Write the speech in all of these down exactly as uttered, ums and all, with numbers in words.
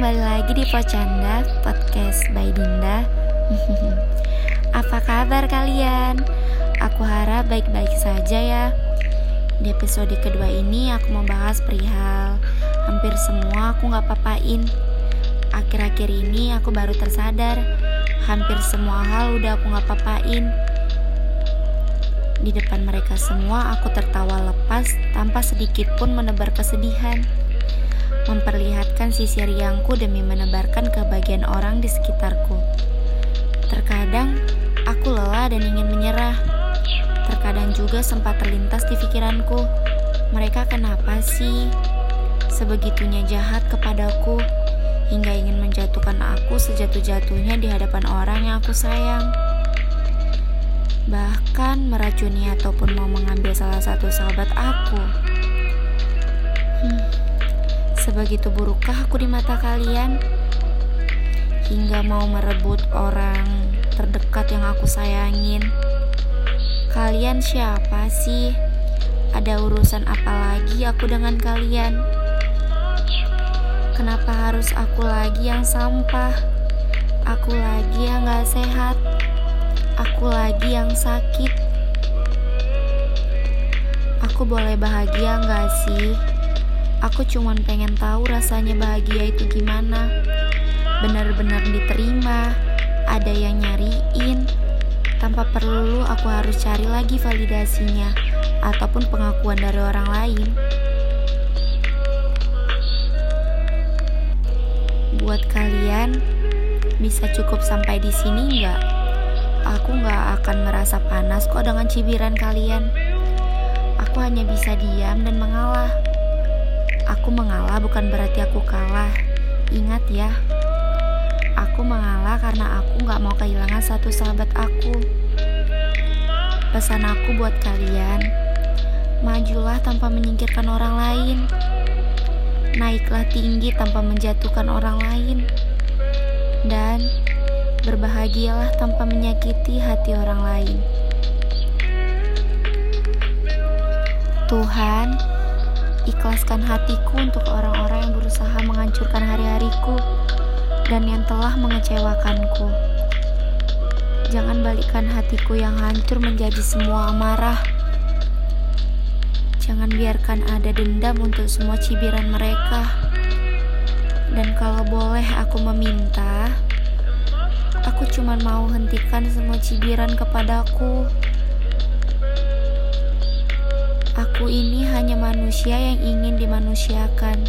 kembali lagi di Pocanda Podcast by Dinda. Apa kabar kalian? Aku harap baik-baik saja ya. Di episode kedua ini aku mau bahas perihal hampir semua aku gak papain. Akhir-akhir ini aku baru tersadar hampir semua hal udah aku gak papain. Di depan mereka semua aku tertawa lepas tanpa sedikit pun menebar kesedihan, memperlihatkan sisi riangku demi menebarkan kebahagiaan orang di sekitarku. Terkadang aku lelah dan ingin menyerah. Terkadang juga sempat terlintas di pikiranku, mereka kenapa sih sebegitunya jahat kepadaku, hingga ingin menjatuhkan aku sejatuh-jatuhnya di hadapan orang yang aku sayang. Bahkan meracuni ataupun mau mengambil salah satu sahabat aku. Hmm, sebegitu burukkah aku di mata kalian? Hingga mau merebut orang terdekat yang aku sayangin. Kalian siapa sih? Ada urusan apa lagi aku dengan kalian? Kenapa harus aku lagi yang sampah? Aku lagi yang gak sehat? Aku lagi yang sakit? Aku boleh bahagia gak sih? Aku cuman pengen tahu rasanya bahagia itu gimana. Benar-benar diterima, ada yang nyariin, tanpa perlu aku harus cari lagi validasinya ataupun pengakuan dari orang lain. Buat kalian, bisa cukup sampai di sini nggak? Aku nggak akan merasa panas kok dengan cibiran kalian. Aku hanya bisa diam dan mengalah. Aku mengalah bukan berarti aku kalah. Ingat ya, aku mengalah karena aku nggak mau kehilangan satu sahabat aku. Pesan aku buat kalian, majulah tanpa menyingkirkan orang lain. Naiklah tinggi tanpa menjatuhkan orang lain. Dan berbahagialah tanpa menyakiti hati orang lain. Tuhan, ikhlaskan hatiku untuk orang-orang yang berusaha menghancurkan hari-hariku dan yang telah mengecewakanku. Jangan balikkan hatiku yang hancur menjadi semua amarah. Jangan biarkan ada dendam untuk semua cibiran mereka. Dan kalau boleh aku meminta, aku cuma mau hentikan semua cibiran kepadaku. Aku ini hanya manusia yang ingin dimanusiakan.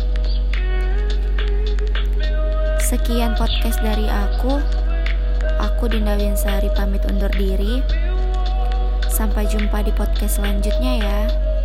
Sekian podcast dari aku. Aku Dinda Winsari pamit undur diri. Sampai jumpa di podcast selanjutnya ya.